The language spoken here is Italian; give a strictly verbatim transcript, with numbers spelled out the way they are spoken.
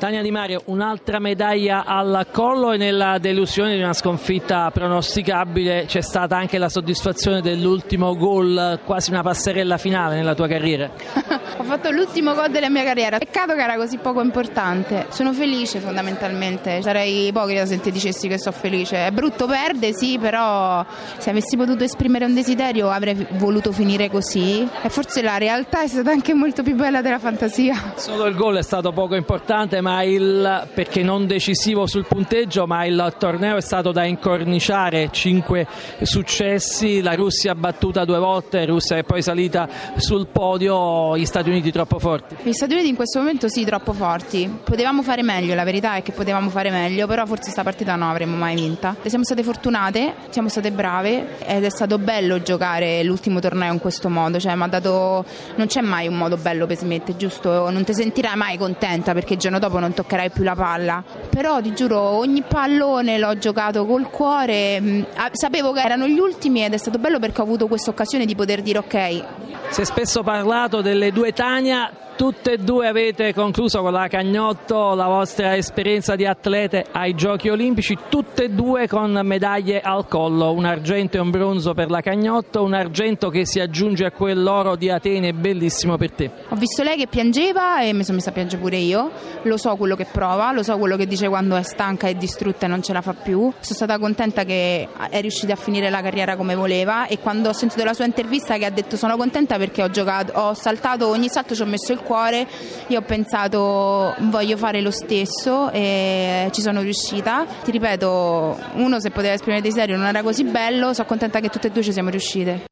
Tania Di Mario, un'altra medaglia al collo, e nella delusione di una sconfitta pronosticabile c'è stata anche la soddisfazione dell'ultimo gol, quasi una passerella finale nella tua carriera. Ho fatto l'ultimo gol della mia carriera, peccato che era così poco importante. Sono felice fondamentalmente, sarei ipocrita se ti dicessi che sono felice. È brutto perdere, sì, però se avessi potuto esprimere un desiderio avrei voluto finire così, e forse la realtà è stata anche molto più bella della fantasia. Solo il gol è stato poco importante, ma il perché non decisivo sul punteggio, ma il torneo è stato da incorniciare, cinque successi, la Russia battuta due volte, Russia è poi salita sul podio, gli Stati Uniti troppo forti. Gli Stati Uniti in questo momento sì, troppo forti. Potevamo fare meglio, la verità è che potevamo fare meglio, però forse sta partita non avremmo mai vinta. Siamo state fortunate, siamo state brave ed è stato bello giocare l'ultimo torneo in questo modo, cioè mi ha dato, non c'è mai un modo bello per smettere, giusto? Non ti sentirai mai contenta perché il giorno dopo non toccherai più la palla, però ti giuro ogni pallone l'ho giocato col cuore, sapevo che erano gli ultimi ed è stato bello perché ho avuto questa occasione di poter dire ok. Si è spesso parlato delle due Tania, tutte e due avete concluso con la Cagnotto la vostra esperienza di atlete ai Giochi Olimpici, tutte e due con medaglie al collo, un argento e un bronzo per la Cagnotto, un argento che si aggiunge a quell'oro di Atene, bellissimo per te. Ho visto lei che piangeva e mi sono messa a piangere pure io, lo so quello che prova, lo so quello che dice quando è stanca e distrutta e non ce la fa più. Sono stata contenta che è riuscita a finire la carriera come voleva, e quando ho sentito la sua intervista che ha detto sono contenta perché ho giocato, ho saltato, ogni salto ci ho messo il cuore, io ho pensato voglio fare lo stesso e ci sono riuscita. Ti ripeto, uno se poteva esprimere desiderio non era così bello, sono contenta che tutte e due ci siamo riuscite.